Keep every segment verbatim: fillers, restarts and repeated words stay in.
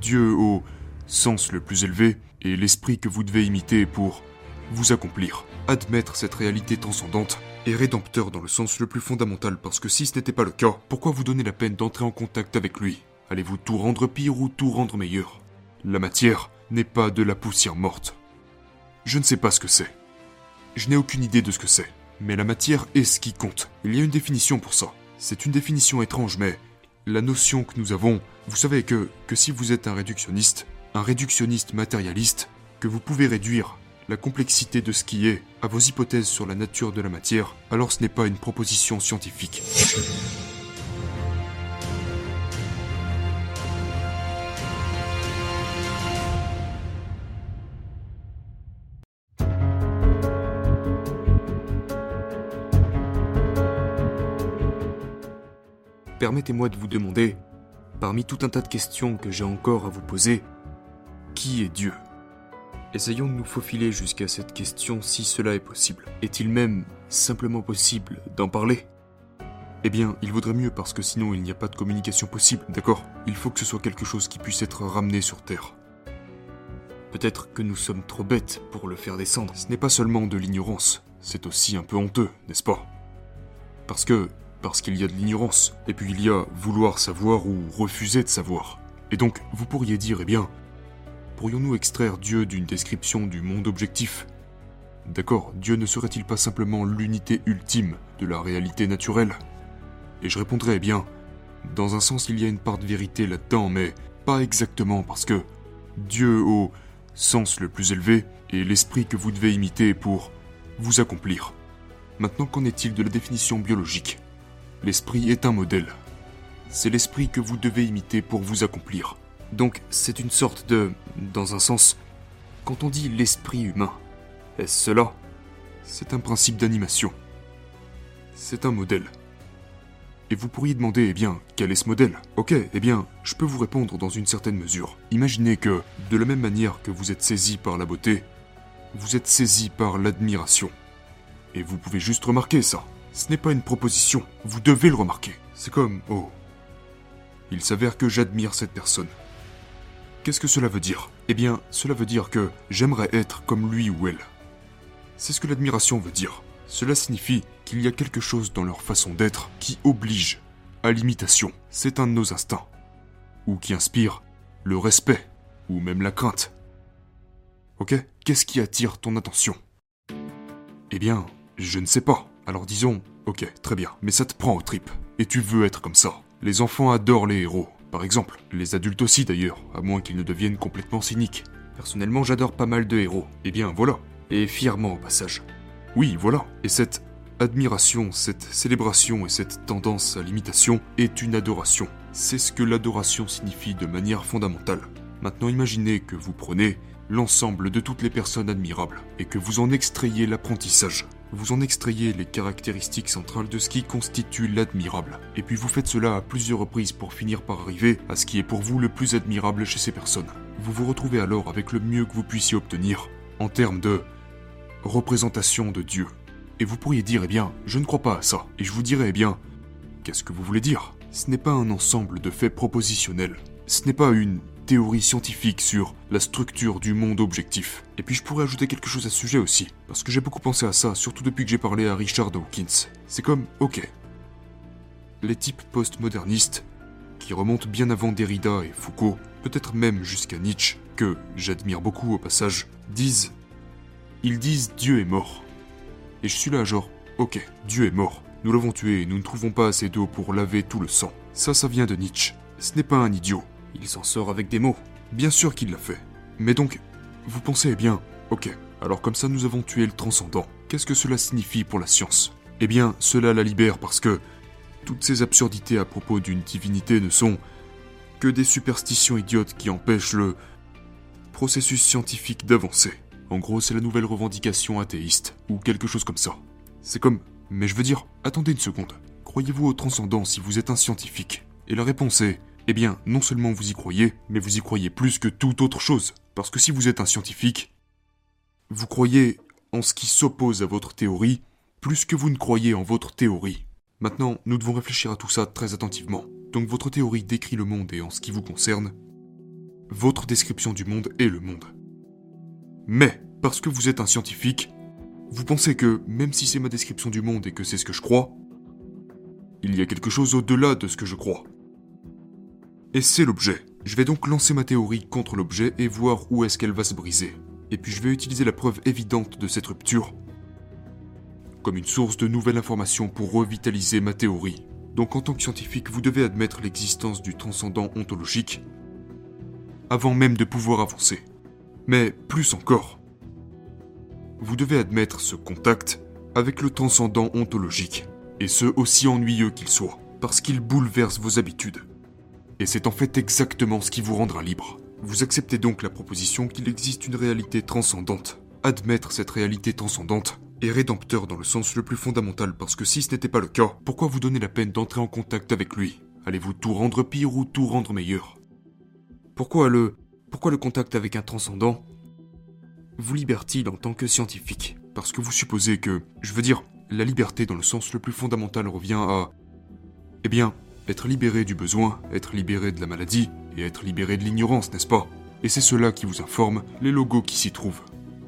Dieu au sens le plus élevé est l'esprit que vous devez imiter pour vous accomplir. Admettre cette réalité transcendante est rédempteur dans le sens le plus fondamental, parce que si ce n'était pas le cas, pourquoi vous donner la peine d'entrer en contact avec lui? Allez-vous tout rendre pire ou tout rendre meilleur? La matière n'est pas de la poussière morte. Je ne sais pas ce que c'est. Je n'ai aucune idée de ce que c'est. Mais la matière est ce qui compte. Il y a une définition pour ça. C'est une définition étrange, mais la notion que nous avons, vous savez que, que si vous êtes un réductionniste, un réductionniste matérialiste, que vous pouvez réduire la complexité de ce qui est à vos hypothèses sur la nature de la matière, alors ce n'est pas une proposition scientifique. Permettez-moi de vous demander, parmi tout un tas de questions que j'ai encore à vous poser, qui est Dieu? Essayons de nous faufiler jusqu'à cette question si cela est possible. Est-il même simplement possible d'en parler? Eh bien, il vaudrait mieux parce que sinon il n'y a pas de communication possible, d'accord? Il faut que ce soit quelque chose qui puisse être ramené sur Terre. Peut-être que nous sommes trop bêtes pour le faire descendre. Ce n'est pas seulement de l'ignorance, c'est aussi un peu honteux, n'est-ce pas? Parce que... Parce qu'il y a de l'ignorance, et puis il y a vouloir savoir ou refuser de savoir. Et donc, vous pourriez dire, eh bien, pourrions-nous extraire Dieu d'une description du monde objectif? D'accord, Dieu ne serait-il pas simplement l'unité ultime de la réalité naturelle? Et je répondrais, eh bien, dans un sens il y a une part de vérité là-dedans, mais pas exactement, parce que Dieu au sens le plus élevé est l'esprit que vous devez imiter pour vous accomplir. Maintenant, qu'en est-il de la définition biologique? L'esprit est un modèle. C'est l'esprit que vous devez imiter pour vous accomplir. Donc, c'est une sorte de... Dans un sens, quand on dit l'esprit humain, est-ce cela? C'est un principe d'animation. C'est un modèle. Et vous pourriez demander, eh bien, quel est ce modèle? Ok, eh bien, je peux vous répondre dans une certaine mesure. Imaginez que, de la même manière que vous êtes saisi par la beauté, vous êtes saisi par l'admiration. Et vous pouvez juste remarquer ça. Ce n'est pas une proposition, vous devez le remarquer. C'est comme, oh, il s'avère que j'admire cette personne. Qu'est-ce que cela veut dire? Eh bien, cela veut dire que j'aimerais être comme lui ou elle. C'est ce que l'admiration veut dire. Cela signifie qu'il y a quelque chose dans leur façon d'être qui oblige à l'imitation. C'est un de nos instincts. Ou qui inspire le respect, ou même la crainte. Ok? Qu'est-ce qui attire ton attention? Eh bien, je ne sais pas. Alors disons, ok, très bien, mais ça te prend aux tripes. Et tu veux être comme ça. Les enfants adorent les héros, par exemple. Les adultes aussi d'ailleurs, à moins qu'ils ne deviennent complètement cyniques. Personnellement, j'adore pas mal de héros. Eh bien, voilà. Et fièrement au passage. Oui, voilà. Et cette admiration, cette célébration et cette tendance à l'imitation est une adoration. C'est ce que l'adoration signifie de manière fondamentale. Maintenant, imaginez que vous prenez l'ensemble de toutes les personnes admirables et que vous en extrayez l'apprentissage. Vous en extrayez les caractéristiques centrales de ce qui constitue l'admirable. Et puis vous faites cela à plusieurs reprises pour finir par arriver à ce qui est pour vous le plus admirable chez ces personnes. Vous vous retrouvez alors avec le mieux que vous puissiez obtenir en termes de représentation de Dieu. Et vous pourriez dire, eh bien, je ne crois pas à ça. Et je vous dirais, eh bien, qu'est-ce que vous voulez dire? Ce n'est pas un ensemble de faits propositionnels. Ce n'est pas une théorie scientifique sur la structure du monde objectif. Et puis je pourrais ajouter quelque chose à ce sujet aussi, parce que j'ai beaucoup pensé à ça, surtout depuis que j'ai parlé à Richard Dawkins. C'est comme, ok, les types postmodernistes, qui remontent bien avant Derrida et Foucault, peut-être même jusqu'à Nietzsche, que j'admire beaucoup au passage, disent, ils disent Dieu est mort. Et je suis là genre, ok, Dieu est mort, nous l'avons tué et nous ne trouvons pas assez d'eau pour laver tout le sang. Ça, ça vient de Nietzsche. Ce n'est pas un idiot. Il s'en sort avec des mots. Bien sûr qu'il l'a fait. Mais donc, vous pensez, eh bien, ok, alors comme ça nous avons tué le transcendant. Qu'est-ce que cela signifie pour la science? Eh bien, cela la libère parce que toutes ces absurdités à propos d'une divinité ne sont que des superstitions idiotes qui empêchent le processus scientifique d'avancer. En gros, c'est la nouvelle revendication athéiste, ou quelque chose comme ça. C'est comme, mais je veux dire, attendez une seconde. Croyez-vous au transcendant si vous êtes un scientifique? Et la réponse est, eh bien, non seulement vous y croyez, mais vous y croyez plus que toute autre chose. Parce que si vous êtes un scientifique, vous croyez en ce qui s'oppose à votre théorie, plus que vous ne croyez en votre théorie. Maintenant, nous devons réfléchir à tout ça très attentivement. Donc votre théorie décrit le monde et en ce qui vous concerne, votre description du monde est le monde. Mais, parce que vous êtes un scientifique, vous pensez que, même si c'est ma description du monde et que c'est ce que je crois, il y a quelque chose au-delà de ce que je crois. Et c'est l'objet. Je vais donc lancer ma théorie contre l'objet et voir où est-ce qu'elle va se briser. Et puis je vais utiliser la preuve évidente de cette rupture comme une source de nouvelles informations pour revitaliser ma théorie. Donc en tant que scientifique, vous devez admettre l'existence du transcendant ontologique avant même de pouvoir avancer. Mais plus encore, vous devez admettre ce contact avec le transcendant ontologique, et ce aussi ennuyeux qu'il soit, parce qu'il bouleverse vos habitudes. Et c'est en fait exactement ce qui vous rendra libre. Vous acceptez donc la proposition qu'il existe une réalité transcendante. Admettre cette réalité transcendante est rédempteur dans le sens le plus fondamental, parce que si ce n'était pas le cas, pourquoi vous donner la peine d'entrer en contact avec lui? Allez-vous tout rendre pire ou tout rendre meilleur? Pourquoi le... Pourquoi le contact avec un transcendant vous libère-t-il en tant que scientifique? Parce que vous supposez que... Je veux dire, la liberté dans le sens le plus fondamental revient à... Eh bien, être libéré du besoin, être libéré de la maladie, et être libéré de l'ignorance, n'est-ce pas? Et c'est cela qui vous informe, les logos qui s'y trouvent.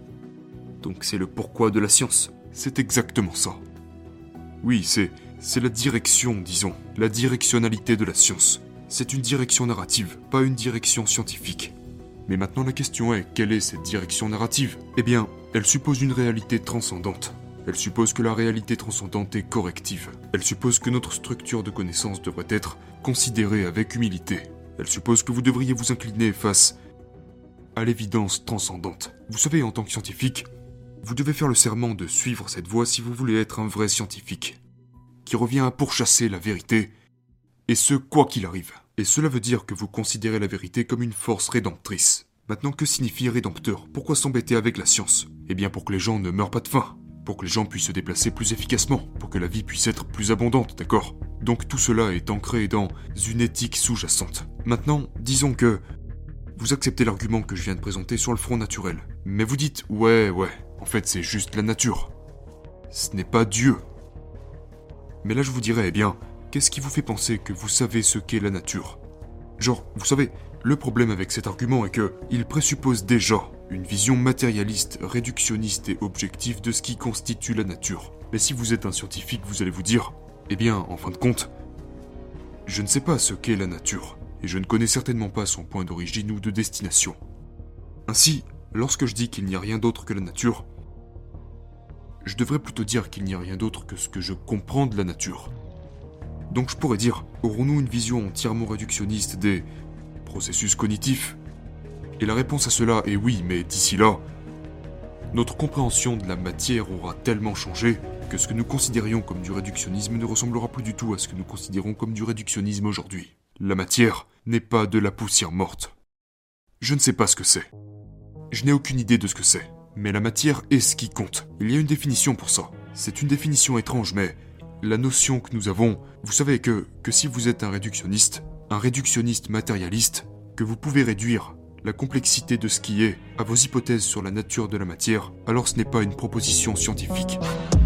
Donc c'est le pourquoi de la science. C'est exactement ça. Oui, c'est... c'est la direction, disons. La directionnalité de la science. C'est une direction narrative, pas une direction scientifique. Mais maintenant la question est, quelle est cette direction narrative? Eh bien, elle suppose une réalité transcendante. Elle suppose que la réalité transcendante est corrective. Elle suppose que notre structure de connaissance devrait être considérée avec humilité. Elle suppose que vous devriez vous incliner face à l'évidence transcendante. Vous savez, en tant que scientifique, vous devez faire le serment de suivre cette voie si vous voulez être un vrai scientifique, qui revient à pourchasser la vérité, et ce, quoi qu'il arrive. Et cela veut dire que vous considérez la vérité comme une force rédemptrice. Maintenant, que signifie rédempteur? Pourquoi s'embêter avec la science? Eh bien pour que les gens ne meurent pas de faim, pour que les gens puissent se déplacer plus efficacement, pour que la vie puisse être plus abondante, d'accord? Donc tout cela est ancré dans une éthique sous-jacente. Maintenant, disons que vous acceptez l'argument que je viens de présenter sur le front naturel, mais vous dites « ouais, ouais, en fait c'est juste la nature. Ce n'est pas Dieu. » Mais là je vous dirais, eh bien, qu'est-ce qui vous fait penser que vous savez ce qu'est la nature? Genre, vous savez, le problème avec cet argument est que il présuppose déjà une vision matérialiste, réductionniste et objective de ce qui constitue la nature. Mais si vous êtes un scientifique, vous allez vous dire, eh bien, en fin de compte, je ne sais pas ce qu'est la nature, et je ne connais certainement pas son point d'origine ou de destination. Ainsi, lorsque je dis qu'il n'y a rien d'autre que la nature, je devrais plutôt dire qu'il n'y a rien d'autre que ce que je comprends de la nature. Donc je pourrais dire, aurons-nous une vision entièrement réductionniste des processus cognitifs? Et la réponse à cela est oui, mais d'ici là, notre compréhension de la matière aura tellement changé que ce que nous considérions comme du réductionnisme ne ressemblera plus du tout à ce que nous considérons comme du réductionnisme aujourd'hui. La matière n'est pas de la poussière morte. Je ne sais pas ce que c'est. Je n'ai aucune idée de ce que c'est. Mais la matière est ce qui compte. Il y a une définition pour ça. C'est une définition étrange, mais la notion que nous avons, vous savez que, que si vous êtes un réductionniste, un réductionniste matérialiste, que vous pouvez réduire la complexité de ce qui est à vos hypothèses sur la nature de la matière, alors ce n'est pas une proposition scientifique.